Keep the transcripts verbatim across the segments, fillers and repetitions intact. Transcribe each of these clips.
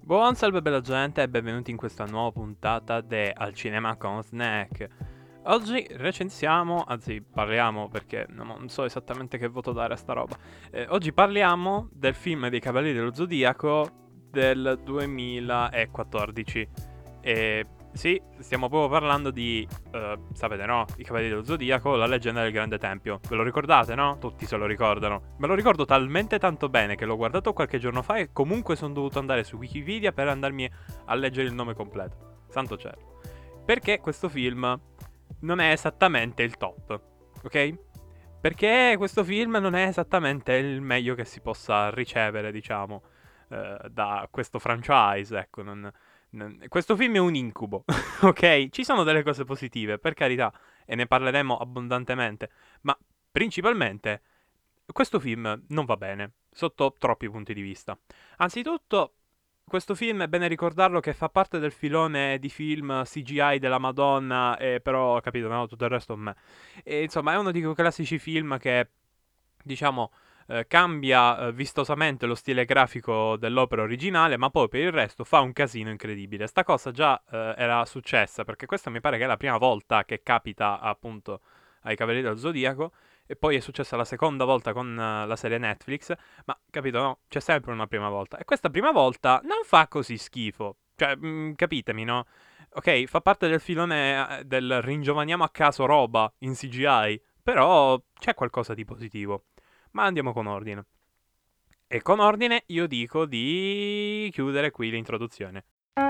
Buon salve bella gente e benvenuti in questa nuova puntata di Al Cinema con Snack. Oggi recensiamo, anzi parliamo perché non so esattamente che voto dare a sta roba. Eh, oggi parliamo del film dei Cavalieri dello Zodiaco del duemilaquattordici. E sì, stiamo proprio parlando di, eh, sapete no, i Cavalieri dello Zodiaco, la leggenda del Grande Tempio. Ve lo ricordate, no? Tutti se lo ricordano. Me lo ricordo talmente tanto bene che l'ho guardato qualche giorno fa e comunque sono dovuto andare su Wikipedia per andarmi a leggere il nome completo. Santo cielo. Perché questo film non è esattamente il top, ok? Perché questo film non è esattamente il meglio che si possa ricevere, diciamo, eh, da questo franchise, ecco, non, non- questo film è un incubo, ok? Ci sono delle cose positive, per carità, e ne parleremo abbondantemente, ma principalmente questo film non va bene, sotto troppi punti di vista. Anzitutto, questo film è bene ricordarlo che fa parte del filone di film C G I della Madonna, e però, capito, no, tutto il resto me. E, insomma, è uno di quei classici film che, diciamo, eh, cambia eh, vistosamente lo stile grafico dell'opera originale, ma poi per il resto fa un casino incredibile. Sta cosa già eh, era successa, perché questa mi pare che è la prima volta che capita appunto ai Cavalieri dello Zodiaco, e poi è successa la seconda volta con eh, la serie Netflix, ma capito, no? C'è sempre una prima volta. E questa prima volta non fa così schifo. Cioè, mm, capitemi, no? Ok, fa parte del filone eh, del ringiovaniamo a caso roba in C G I, però c'è qualcosa di positivo. Ma andiamo con ordine. E con ordine io dico di chiudere qui l'introduzione.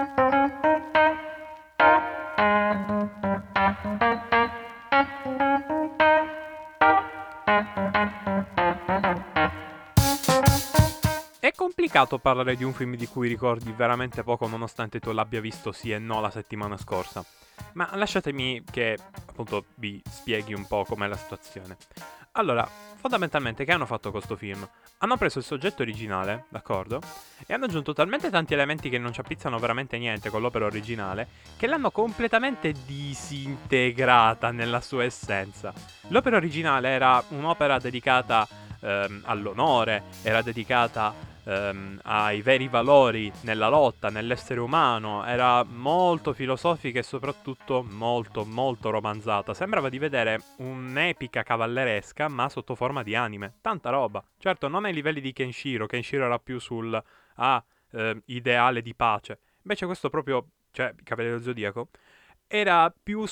È complicato parlare di un film di cui ricordi veramente poco nonostante tu l'abbia visto sì e no la settimana scorsa. Ma lasciatemi che appunto vi spieghi un po' com'è la situazione. Allora, fondamentalmente che hanno fatto questo film? Hanno preso il soggetto originale, d'accordo? E hanno aggiunto talmente tanti elementi che non ci appizzano veramente niente con l'opera originale, che l'hanno completamente disintegrata nella sua essenza. L'opera originale era un'opera dedicata ehm, all'onore, era dedicata ehm, ai veri valori nella lotta, nell'essere umano, era molto filosofica e soprattutto molto molto romanzata. Sembrava di vedere un'epica cavalleresca ma sotto forma di anime. Tanta roba. Certo, non ai livelli di Kenshiro, Kenshiro era più sul ah, eh, ideale di pace. Invece questo proprio, cioè Cavaliere dello Zodiaco, era più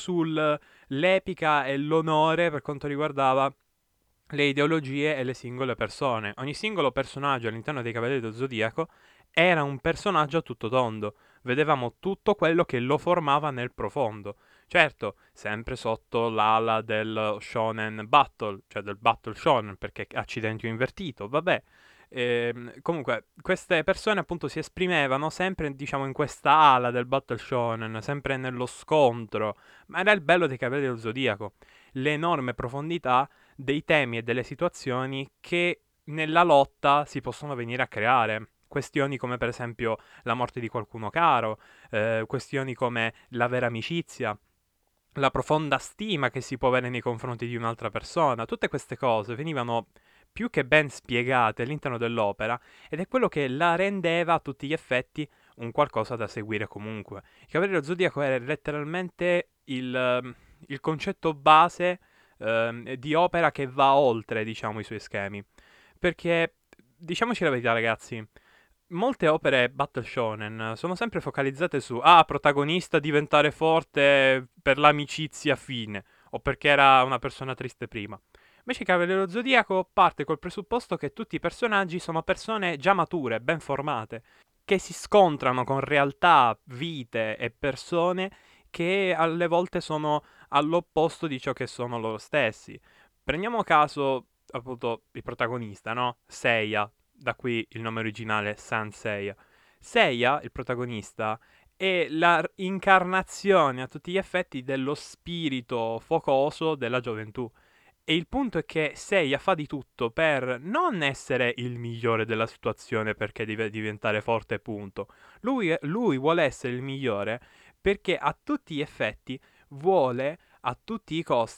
sull'epica e l'onore per quanto riguardava le ideologie e le singole persone. Ogni singolo personaggio all'interno dei Cavalieri dello Zodiaco era un personaggio a tutto tondo. Vedevamo tutto quello che lo formava nel profondo. Certo, sempre sotto l'ala del shonen battle, cioè del battle shonen, perché accidenti ho invertito, vabbè. Ehm, comunque, queste persone appunto si esprimevano sempre, diciamo, in questa ala del battle shonen, sempre nello scontro. Ma era il bello dei Cavalieri dello Zodiaco, l'enorme profondità dei temi e delle situazioni che nella lotta si possono venire a creare. Questioni come per esempio la morte di qualcuno caro, eh, questioni come la vera amicizia, la profonda stima che si può avere nei confronti di un'altra persona. Tutte queste cose venivano più che ben spiegate all'interno dell'opera ed è quello che la rendeva a tutti gli effetti un qualcosa da seguire comunque. Il Cavaliere dello Zodiaco era letteralmente il, il concetto base ehm, di opera che va oltre, diciamo, i suoi schemi. Perché, diciamoci la verità, ragazzi, molte opere battle shonen sono sempre focalizzate su ah, protagonista diventare forte per l'amicizia fine o perché era una persona triste prima. Invece Cavaliere dello Zodiaco parte col presupposto che tutti i personaggi sono persone già mature, ben formate, che si scontrano con realtà, vite e persone che alle volte sono all'opposto di ciò che sono loro stessi. Prendiamo caso appunto il protagonista, no? Seiya, da qui il nome originale Saint Seiya. Seiya, il protagonista, è la incarnazione a tutti gli effetti dello spirito focoso della gioventù. E il punto è che Seiya fa di tutto per non essere il migliore della situazione perché deve diventare forte, punto. Lui, lui vuole essere il migliore perché a tutti gli effetti vuole a tutti i costi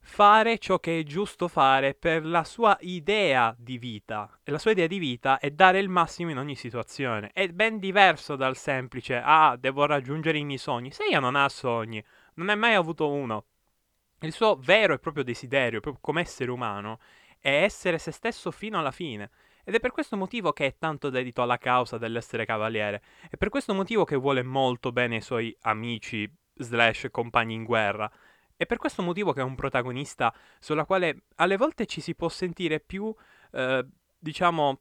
fare ciò che è giusto fare per la sua idea di vita. E la sua idea di vita è dare il massimo in ogni situazione. È ben diverso dal semplice, ah, devo raggiungere i miei sogni. Seiya non ha sogni, non ne ha mai avuto uno. Il suo vero e proprio desiderio, proprio come essere umano, è essere se stesso fino alla fine. Ed è per questo motivo che è tanto dedito alla causa dell'essere cavaliere. È per questo motivo che vuole molto bene i suoi amici slash compagni in guerra. È per questo motivo che è un protagonista sulla quale alle volte ci si può sentire più, eh, diciamo,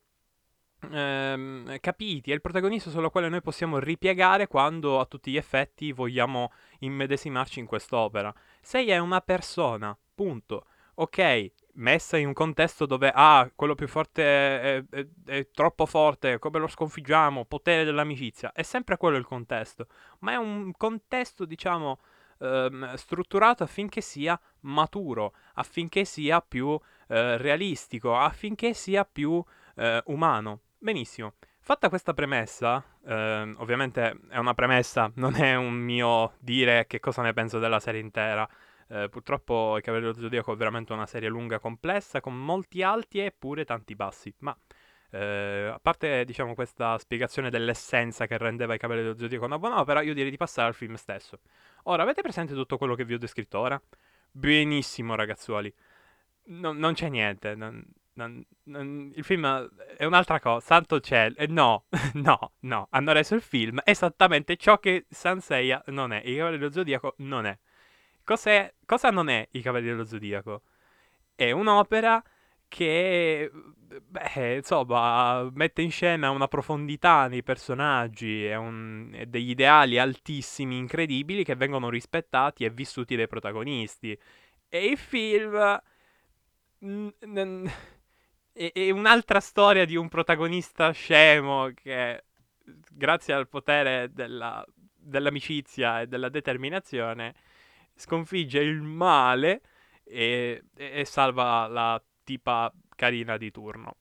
ehm, capiti. È il protagonista sulla quale noi possiamo ripiegare quando a tutti gli effetti vogliamo immedesimarci in quest'opera. Sei è una persona, punto. Ok, messa in un contesto dove, ah, quello più forte è, è- è- è troppo forte, come lo sconfiggiamo, potere dell'amicizia. È sempre quello il contesto, ma è un contesto, diciamo, ehm, strutturato affinché sia maturo, affinché sia più eh, realistico, affinché sia più eh, umano. Benissimo. Fatta questa premessa, ehm, ovviamente è una premessa, non è un mio dire che cosa ne penso della serie intera. Eh, purtroppo I Cavalieri dello Zodiaco è veramente una serie lunga, complessa, con molti alti e pure tanti bassi. Ma eh, a parte, diciamo, questa spiegazione dell'essenza che rendeva I Cavalieri dello Zodiaco una buona opera, io direi di passare al film stesso. Ora, avete presente tutto quello che vi ho descritto ora? Benissimo, ragazzuoli. No- non c'è niente. non- non- non- il film è un'altra cosa. Santo cielo. E no, no, no. Hanno reso il film esattamente ciò che Sanseiya non è. I Cavalieri dello Zodiaco non è. Cos'è, cosa non è I Cavalieri dello Zodiaco? È un'opera che, beh, insomma, mette in scena una profondità nei personaggi e, un- e degli ideali altissimi, incredibili, che vengono rispettati e vissuti dai protagonisti. E il film mm, n- è, è un'altra storia di un protagonista scemo che, grazie al potere della- dell'amicizia e della determinazione, sconfigge il male e, e salva la tipa carina di turno.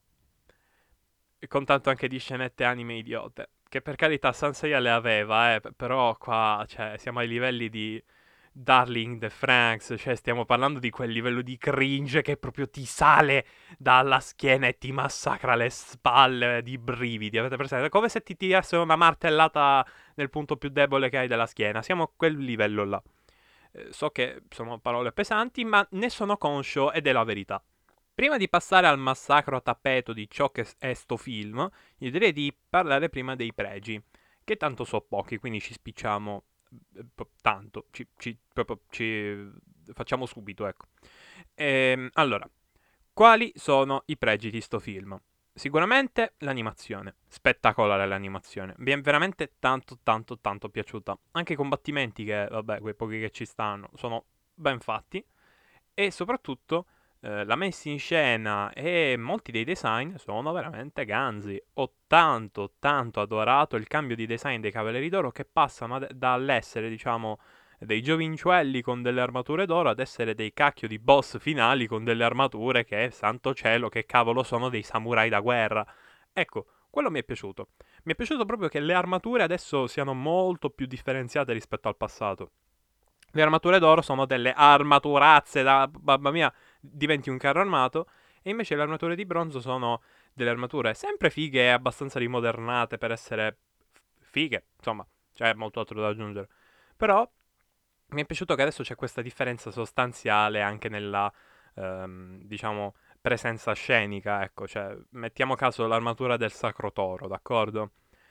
E con tanto anche di scenette anime idiote. Che per carità Sanseiya le aveva, eh, p- però qua, cioè, siamo ai livelli di Darling the Franks, cioè stiamo parlando di quel livello di cringe che proprio ti sale dalla schiena e ti massacra le spalle di brividi, avete presente? È come se ti tirassero una martellata nel punto più debole che hai della schiena, siamo a quel livello là. Eh, so che sono parole pesanti, ma ne sono conscio ed è la verità. Prima di passare al massacro a tappeto di ciò che è sto film, io direi di parlare prima dei pregi, che tanto so pochi, quindi ci spicciamo eh, po- tanto, ci, ci- proprio ci facciamo subito, ecco. Ehm, allora, quali sono i pregi di sto film? Sicuramente l'animazione, spettacolare l'animazione, mi è veramente tanto tanto tanto piaciuta. Anche i combattimenti che, vabbè, quei pochi che ci stanno, sono ben fatti e soprattutto eh, la messa in scena e molti dei design sono veramente ganzi. Ho tanto, tanto adorato il cambio di design dei Cavalieri d'Oro che passano ad- dall'essere, diciamo, dei giovincelli con delle armature d'oro ad essere dei cacchio di boss finali con delle armature che, santo cielo, che cavolo sono dei samurai da guerra. Ecco, quello mi è piaciuto. Mi è piaciuto proprio che le armature adesso siano molto più differenziate rispetto al passato. Le armature d'oro sono delle armaturazze da, mamma mia, diventi un carro armato. E invece le armature di bronzo sono delle armature sempre fighe e abbastanza rimodernate per essere fighe. Insomma, c'è molto altro da aggiungere. Però mi è piaciuto che adesso c'è questa differenza sostanziale anche nella, ehm, diciamo, presenza scenica. Ecco, cioè, mettiamo caso l'armatura del Sacro Toro, d'accordo?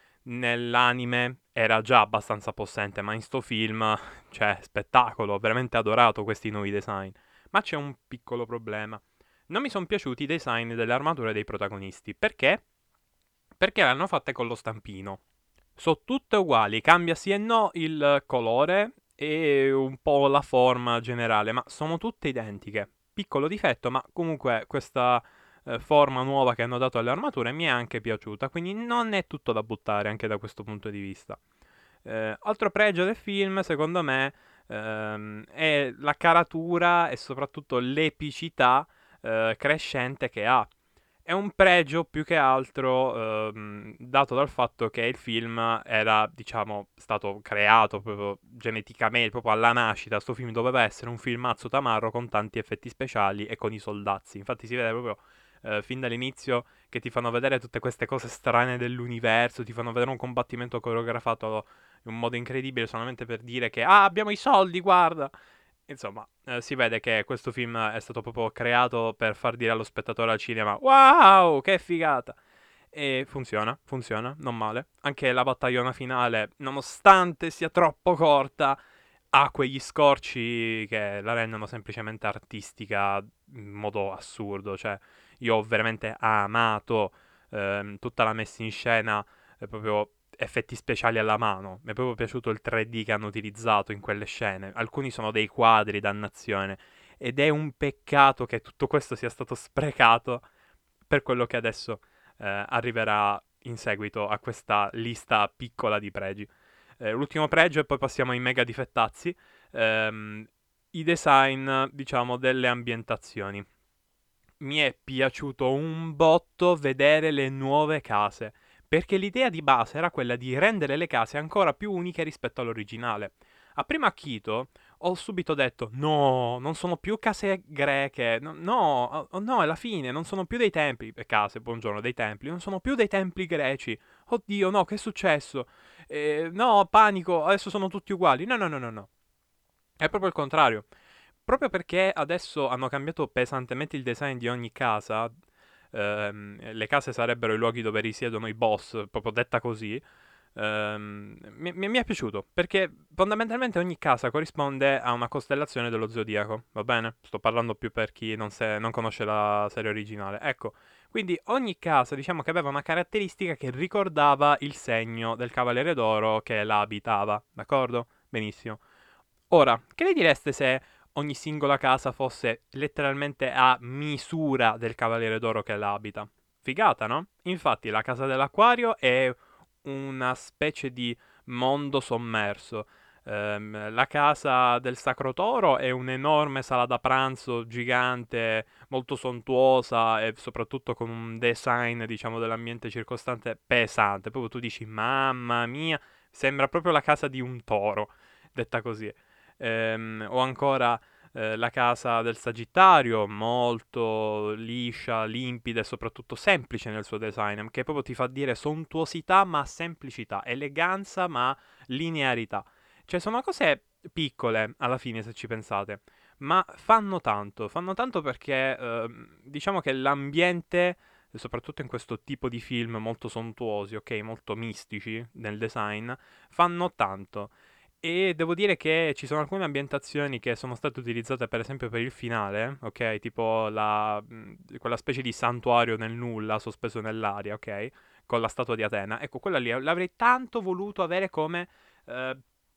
Nell'anime era già abbastanza possente, ma in sto film, cioè, spettacolo, ho veramente adorato questi nuovi design. Ma c'è un piccolo problema. Non mi sono piaciuti i design delle armature dei protagonisti. Perché? Perché le hanno fatte con lo stampino. Sono tutte uguali, cambia sì e no il colore e un po' la forma generale, ma sono tutte identiche. Piccolo difetto, ma comunque questa eh, forma nuova che hanno dato alle armature mi è anche piaciuta, quindi non è tutto da buttare anche da questo punto di vista. Eh, altro pregio del film, secondo me, ehm, è la caratura e soprattutto l'epicità eh, crescente che ha. È un pregio più che altro ehm, dato dal fatto che il film era, diciamo, stato creato proprio geneticamente, proprio alla nascita. Sto film doveva essere un filmazzo tamarro con tanti effetti speciali e con i soldazzi. Infatti si vede proprio eh, fin dall'inizio che ti fanno vedere tutte queste cose strane dell'universo, ti fanno vedere un combattimento coreografato in un modo incredibile solamente per dire che ah, abbiamo i soldi, guarda. Insomma, eh, si vede che questo film è stato proprio creato per far dire allo spettatore al cinema wow, che figata! E funziona, funziona, non male. Anche la battagliona finale, nonostante sia troppo corta, ha quegli scorci che la rendono semplicemente artistica in modo assurdo. Cioè, io ho veramente amato ehm, tutta la messa in scena, eh, proprio effetti speciali alla mano. Mi è proprio piaciuto il tre D che hanno utilizzato in quelle scene. Alcuni sono dei quadri, dannazione. Ed è un peccato che tutto questo sia stato sprecato per quello che adesso eh, arriverà in seguito a questa lista piccola di pregi. Eh, l'ultimo pregio e poi passiamo ai mega difettazzi. Ehm, I design, diciamo, delle ambientazioni. Mi è piaciuto un botto vedere le nuove case, perché l'idea di base era quella di rendere le case ancora più uniche rispetto all'originale. A primo acchito ho subito detto: no, non sono più case greche, no, no, oh, no, è la fine, non sono più dei templi, eh, case, buongiorno, dei templi, non sono più dei templi greci. Oddio, no, che è successo? Eh, no, panico, adesso sono tutti uguali. No, no, no, no, no. È proprio il contrario. Proprio perché adesso hanno cambiato pesantemente il design di ogni casa, ehm, le case sarebbero i luoghi dove risiedono i boss, proprio detta così, ehm, mi, mi- mi è piaciuto, perché fondamentalmente ogni casa corrisponde a una costellazione dello zodiaco, va bene? Sto parlando più per chi non, se- non conosce la serie originale. Ecco, quindi ogni casa diciamo che aveva una caratteristica che ricordava il segno del Cavaliere d'Oro che la abitava, d'accordo? Benissimo. Ora, che ne direste se ogni singola casa fosse letteralmente a misura del Cavaliere d'Oro che la abita? Figata, no? Infatti, la casa dell'acquario è una specie di mondo sommerso. Ehm, la casa del Sacro Toro è un'enorme sala da pranzo gigante, molto sontuosa e soprattutto con un design, diciamo, dell'ambiente circostante pesante. Proprio tu dici, mamma mia, sembra proprio la casa di un toro, detta così. Ehm, o ancora eh, la casa del Sagittario, molto liscia, limpida e soprattutto semplice nel suo design, che proprio ti fa dire sontuosità ma semplicità, eleganza ma linearità. Cioè sono cose piccole alla fine se ci pensate, ma fanno tanto, fanno tanto perché ehm, diciamo che l'ambiente, soprattutto in questo tipo di film molto sontuosi, ok, molto mistici nel design, fanno tanto. E devo dire che ci sono alcune ambientazioni che sono state utilizzate per esempio per il finale, ok? Tipo la, mh, quella specie di santuario nel nulla sospeso nell'aria, ok? Con la statua di Atena. Ecco, quella lì l'avrei tanto voluto avere come eh,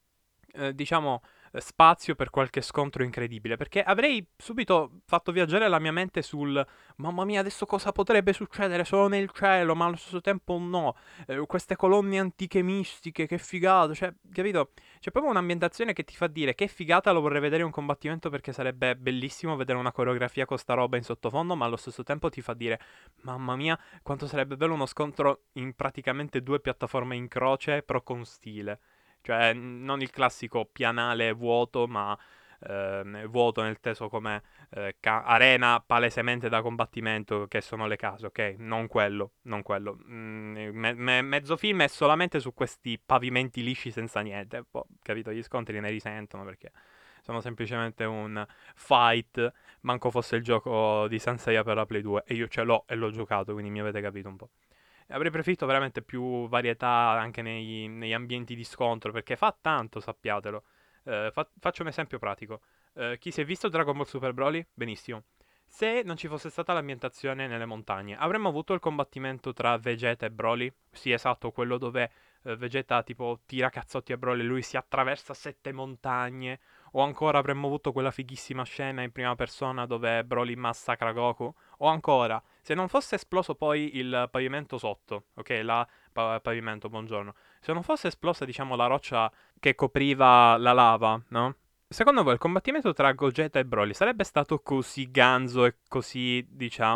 eh, diciamo, eh, spazio per qualche scontro incredibile, perché avrei subito fatto viaggiare la mia mente sul mamma mia, adesso cosa potrebbe succedere? Sono nel cielo, ma allo stesso tempo no. Eh, queste colonne antiche mistiche, che figata, cioè, capito? C'è proprio un'ambientazione che ti fa dire che figata, lo vorrei vedere in un combattimento perché sarebbe bellissimo vedere una coreografia con sta roba in sottofondo, ma allo stesso tempo ti fa dire mamma mia, quanto sarebbe bello uno scontro in praticamente due piattaforme in croce, però con stile. Cioè, n- non il classico pianale vuoto, ma ehm, vuoto nel teso come eh, ca- arena palesemente da combattimento, che sono le case, ok? Non quello, non quello. Mm, me- me- mezzo film è solamente su questi pavimenti lisci senza niente. Poi, capito? Gli scontri ne risentono perché sono semplicemente un fight, manco fosse il gioco di Senseiya per la Play due. E io ce l'ho e l'ho giocato, quindi mi avete capito un po'. Avrei preferito veramente più varietà anche nei- negli ambienti di scontro, perché fa tanto, sappiatelo. Eh, fa- faccio un esempio pratico. Eh, chi si è visto Dragon Ball Super Broly? Benissimo. Se non ci fosse stata l'ambientazione nelle montagne, avremmo avuto il combattimento tra Vegeta e Broly? Sì, esatto, quello dove eh, Vegeta tipo tira cazzotti a Broly e lui si attraversa sette montagne. O ancora avremmo avuto quella fighissima scena in prima persona dove Broly massacra Goku. O ancora, se non fosse esploso poi il pavimento sotto, ok, la pa- pavimento, buongiorno. Se non fosse esplosa, diciamo, la roccia che copriva la lava, no? Secondo voi il combattimento tra Gogeta e Broly sarebbe stato così ganzo e così, diciamo,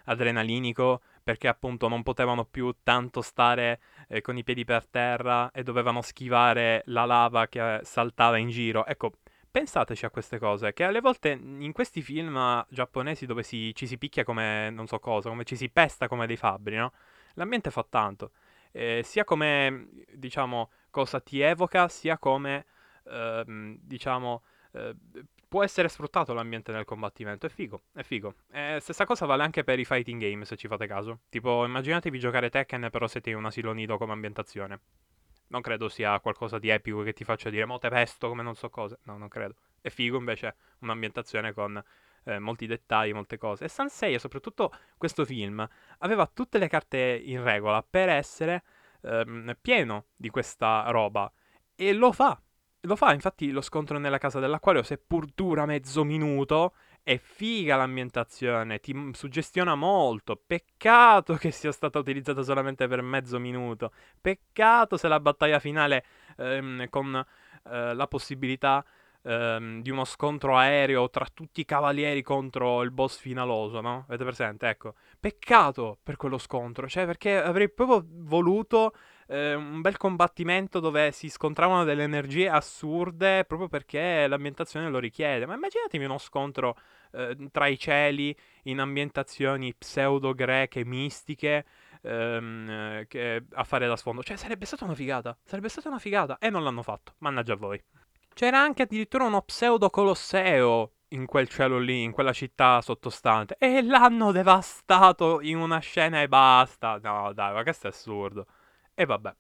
adrenalinico, perché appunto non potevano più tanto stare eh, con i piedi per terra e dovevano schivare la lava che saltava in giro. Ecco, pensateci a queste cose, che alle volte in questi film giapponesi dove si- ci si picchia come non so cosa, come ci si pesta come dei fabbri, no? L'ambiente fa tanto. Eh, sia come, diciamo, cosa ti evoca, sia come, ehm, diciamo, eh, può essere sfruttato l'ambiente nel combattimento. È figo, è figo. Eh, stessa cosa vale anche per i fighting game, se ci fate caso. Tipo, immaginatevi giocare Tekken, però siete in un asilo nido come ambientazione. Non credo sia qualcosa di epico che ti faccia dire, mo te pesto come non so cosa. No, non credo. È figo invece un'ambientazione con eh, molti dettagli, molte cose. E Sansei, e soprattutto questo film, aveva tutte le carte in regola per essere ehm, pieno di questa roba. E lo fa. Lo fa, infatti lo scontro nella casa dell'acquario, seppur dura mezzo minuto, è figa l'ambientazione, ti m- suggestiona molto. Peccato che sia stata utilizzata solamente per mezzo minuto. Peccato se la battaglia finale ehm, con eh, la possibilità ehm, di uno scontro aereo tra tutti i cavalieri contro il boss finaloso, no? Avete presente? Ecco. Peccato per quello scontro, cioè perché avrei proprio voluto eh, un bel combattimento dove si scontravano delle energie assurde proprio perché l'ambientazione lo richiede. Ma immaginatevi uno scontro eh, tra i cieli in ambientazioni pseudo-greche, mistiche, ehm, eh, che- a fare da sfondo. Cioè sarebbe stata una figata, sarebbe stata una figata e non l'hanno fatto, mannaggia a voi. C'era anche addirittura uno pseudo-colosseo in quel cielo lì, in quella città sottostante. E l'hanno devastato in una scena e basta. No, dai, ma questo è assurdo. E vabbè.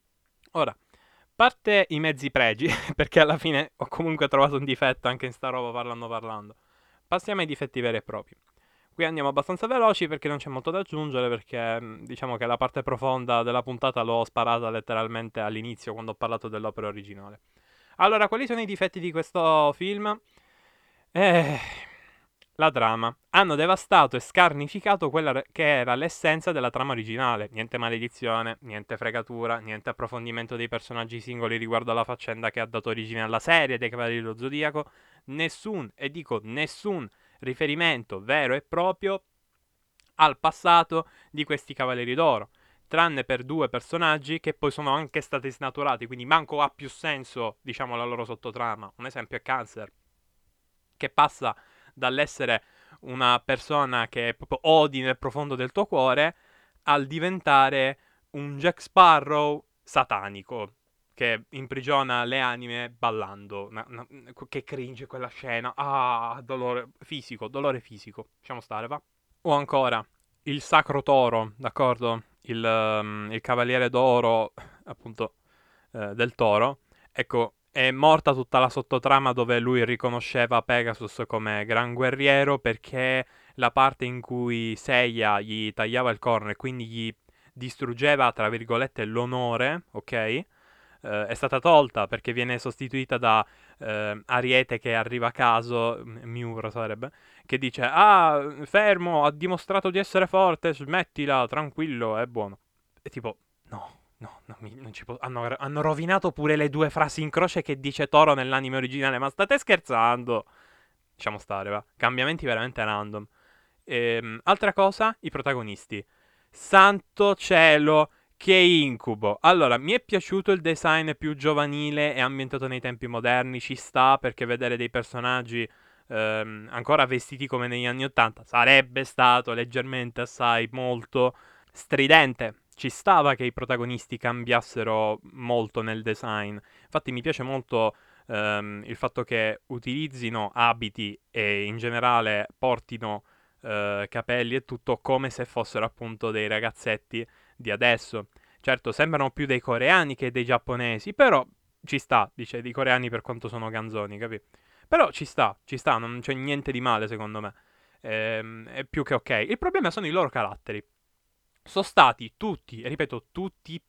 Ora, parte i mezzi pregi, perché alla fine ho comunque trovato un difetto anche in sta roba parlando parlando. Passiamo ai difetti veri e propri. Qui andiamo abbastanza veloci perché non c'è molto da aggiungere, perché mh, diciamo che la parte profonda della puntata l'ho sparata letteralmente all'inizio quando ho parlato dell'opera originale. Allora, quali sono i difetti di questo film? Eh, la trama. Hanno devastato e scarnificato quella re- che era l'essenza della trama originale. Niente maledizione, niente fregatura, niente approfondimento dei personaggi singoli riguardo alla faccenda che ha dato origine alla serie dei Cavalieri dello Zodiaco. Nessun, e dico nessun, riferimento vero e proprio al passato di questi Cavalieri d'Oro. Tranne per due personaggi che poi sono anche stati snaturati, quindi manco ha più senso, diciamo, la loro sottotrama. Un esempio è Cancer, che passa dall'essere una persona che proprio odi nel profondo del tuo cuore al diventare un Jack Sparrow satanico che imprigiona le anime ballando. Na- na- che cringe quella scena. Ah, dolore fisico, dolore fisico. Lasciamo stare, va. O ancora, il Sacro Toro, d'accordo? Il, um, il Cavaliere d'Oro, appunto, eh, del Toro. Ecco, è morta tutta la sottotrama dove lui riconosceva Pegasus come gran guerriero perché la parte in cui Seiya gli tagliava il corno e quindi gli distruggeva, tra virgolette, l'onore, ok? Eh, è stata tolta perché viene sostituita da eh, Ariete che arriva a caso, M- Miura sarebbe, che dice: Ah, fermo, ha dimostrato di essere forte, smettila, tranquillo, è buono. E tipo, no. No, no mi- non ci po- hanno, hanno rovinato pure le due frasi in croce che dice Toro nell'anime originale. Ma state scherzando? Lasciamo stare, va. Cambiamenti veramente random. Ehm, altra cosa, i protagonisti. Santo cielo, che incubo. Allora, mi è piaciuto il design più giovanile e ambientato nei tempi moderni. Ci sta perché vedere dei personaggi ehm, ancora vestiti come negli anni ottanta sarebbe stato leggermente assai molto stridente. Ci stava che i protagonisti cambiassero molto nel design. Infatti mi piace molto ehm, il fatto che utilizzino abiti e in generale portino eh, capelli e tutto come se fossero appunto dei ragazzetti di adesso. Certo, sembrano più dei coreani che dei giapponesi, però ci sta, dice, di coreani per quanto sono ganzoni, capi? Però ci sta, ci sta, non c'è niente di male secondo me. Ehm, è più che ok. Il problema sono i loro caratteri. Sono stati tutti, e ripeto, tutti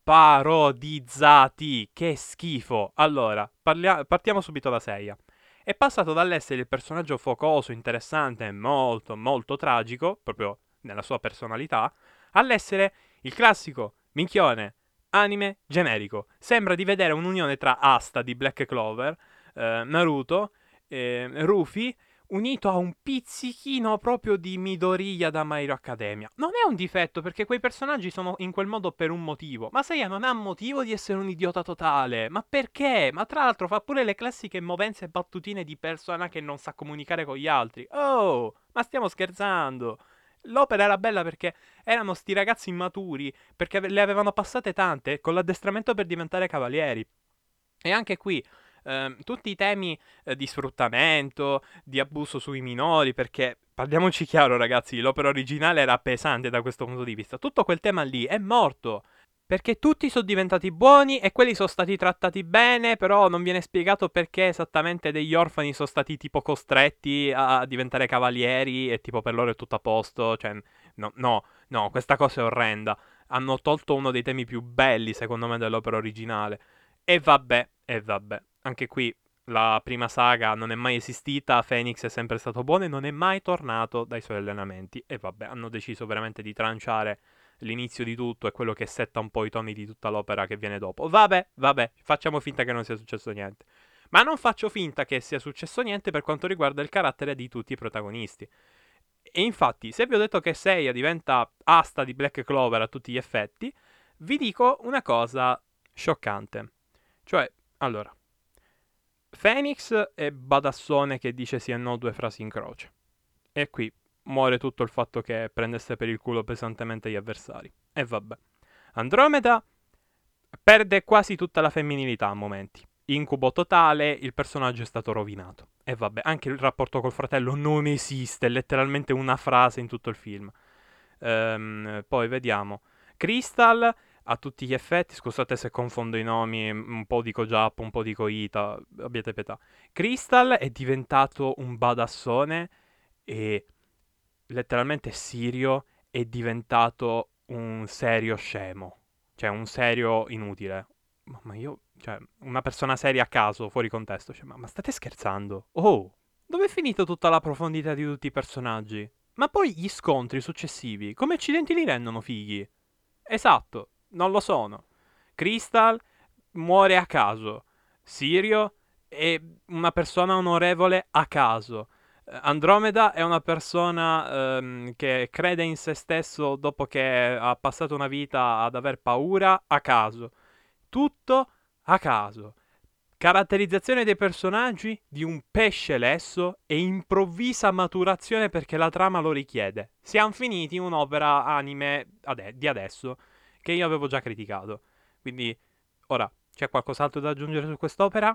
parodizzati. Che schifo. Allora, parlia- partiamo subito da Seiya. È passato dall'essere il personaggio focoso, interessante, molto, molto tragico, proprio nella sua personalità, all'essere il classico minchione anime generico. Sembra di vedere un'unione tra Asta di Black Clover, eh, Naruto, eh, Rufy, unito a un pizzichino proprio di Midoriya da My Hero Academia. Non è un difetto, perché quei personaggi sono in quel modo per un motivo. Ma Seiya non ha motivo di essere un idiota totale. Ma perché? Ma tra l'altro fa pure le classiche movenze e battutine di persona che non sa comunicare con gli altri. Oh, ma stiamo scherzando. L'opera era bella perché erano sti ragazzi immaturi, perché le avevano passate tante, con l'addestramento per diventare cavalieri. E anche qui, ehm, tutti i temi eh, di sfruttamento, di abuso sui minori, perché parliamoci chiaro ragazzi, l'opera originale era pesante da questo punto di vista. Tutto quel tema lì è morto. Perché tutti sono diventati buoni e quelli sono stati trattati bene, però non viene spiegato perché esattamente degli orfani sono stati tipo costretti a diventare cavalieri e tipo per loro è tutto a posto. Cioè, no, no, no, questa cosa è orrenda. Hanno tolto uno dei temi più belli, secondo me, dell'opera originale. E vabbè, e vabbè. Anche qui la prima saga non è mai esistita, Phoenix è sempre stato buono e non è mai tornato dai suoi allenamenti. E vabbè, hanno deciso veramente di tranciare l'inizio di tutto e quello che setta un po' i toni di tutta l'opera che viene dopo. Vabbè, vabbè, facciamo finta che non sia successo niente. Ma non faccio finta che sia successo niente per quanto riguarda il carattere di tutti i protagonisti. E infatti, se vi ho detto che Seiya diventa asta di Black Clover a tutti gli effetti, vi dico una cosa scioccante. Cioè, allora, Phoenix è Badassone che dice sì e no due frasi in croce. E qui muore tutto il fatto che prendesse per il culo pesantemente gli avversari. E vabbè. Andromeda perde quasi tutta la femminilità a momenti. Incubo totale, il personaggio è stato rovinato. E vabbè, anche il rapporto col fratello non esiste, è letteralmente una frase in tutto il film. Ehm, poi vediamo. Crystal, a tutti gli effetti, scusate se confondo i nomi, un po' dico Giappo, un po' dico Ita, abbiate pietà. Crystal è diventato un badassone e letteralmente Sirio è diventato un serio scemo. Cioè, un serio inutile. Ma, ma io, cioè, una persona seria a caso, fuori contesto. Cioè, ma, ma state scherzando? Oh, dove è finita tutta la profondità di tutti i personaggi? Ma poi gli scontri successivi, come accidenti li rendono fighi? Esatto, non lo sono. Crystal muore a caso. Sirio è una persona onorevole a caso. Eh, Andromeda è una persona ehm, che crede in se stesso dopo che ha passato una vita ad aver paura a caso. Tutto a caso. Caratterizzazione dei personaggi di un pesce lesso e improvvisa maturazione perché la trama lo richiede. Siamo finiti in un'opera anime ade- di adesso che io avevo già criticato. Quindi, ora, c'è qualcos'altro da aggiungere su quest'opera?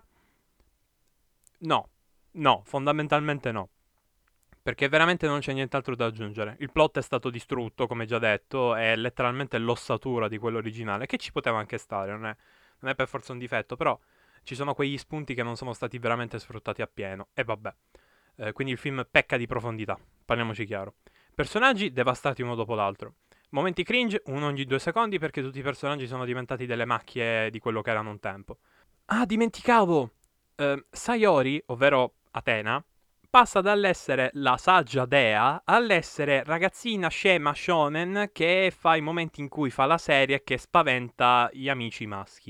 No, no, fondamentalmente no. Perché veramente non c'è nient'altro da aggiungere. Il plot è stato distrutto, come già detto, è letteralmente l'ossatura di quello originale, che ci poteva anche stare, non è, non è per forza un difetto, però ci sono quegli spunti che non sono stati veramente sfruttati appieno. E vabbè. Eh, quindi il film pecca di profondità, parliamoci chiaro. Personaggi devastati uno dopo l'altro. Momenti cringe, uno ogni due secondi, perché tutti i personaggi sono diventati delle macchie di quello che erano un tempo. Ah, dimenticavo! Eh, Sayori, ovvero Atena, passa dall'essere la saggia dea all'essere ragazzina scema shonen che fa i momenti in cui fa la serie e che spaventa gli amici maschi.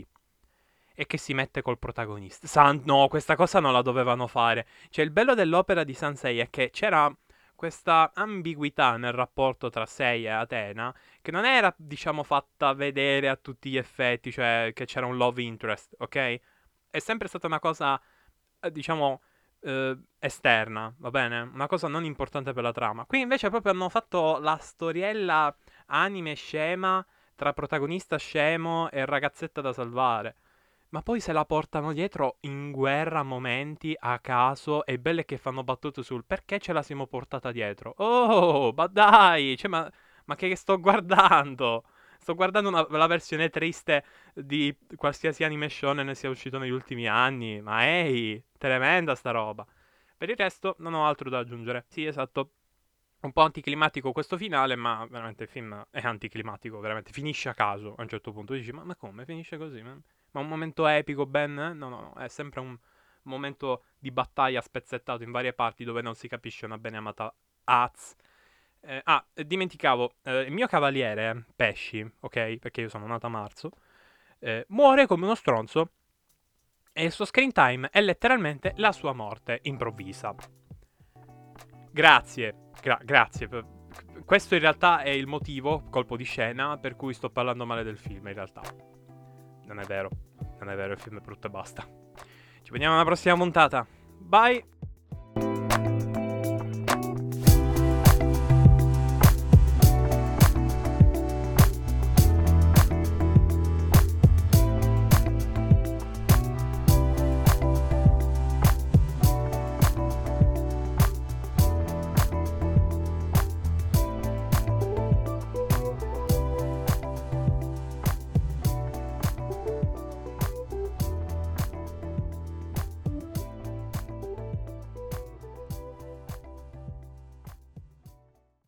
E che si mette col protagonista. San- no, questa cosa non la dovevano fare. Cioè, il bello dell'opera di Sansei è che c'era questa ambiguità nel rapporto tra Sei e Atena che non era, diciamo, fatta vedere a tutti gli effetti, cioè che c'era un love interest, ok? È sempre stata una cosa, eh, diciamo, eh, esterna, va bene? Una cosa non importante per la trama. Qui invece proprio hanno fatto la storiella anime scema tra protagonista scemo e ragazzetta da salvare. Ma poi se la portano dietro in guerra a momenti a caso e belle che fanno battute sul perché ce la siamo portata dietro. Oh, ma dai, cioè, ma, ma che sto guardando? Sto guardando una- la versione triste di qualsiasi anime shonen sia uscito negli ultimi anni. Ma ehi, tremenda sta roba. Per il resto non ho altro da aggiungere. Sì, esatto. Un po' anticlimatico questo finale, ma veramente il film è anticlimatico, veramente. Finisce a caso a un certo punto. Dici, ma, ma come finisce così? Ma, ma un momento epico, Ben? Eh? No, no, no, è sempre un momento di battaglia spezzettato in varie parti dove non si capisce una bene amata Az. Eh, ah, dimenticavo, eh, il mio cavaliere, Pesci, ok? Perché io sono nato a marzo, eh, muore come uno stronzo e il suo screen time è letteralmente la sua morte improvvisa. Grazie, gra- grazie. Questo in realtà è il motivo, colpo di scena, per cui sto parlando male del film, in realtà. Non è vero, non è vero, il film è brutto e basta. Ci vediamo alla prossima puntata. Bye!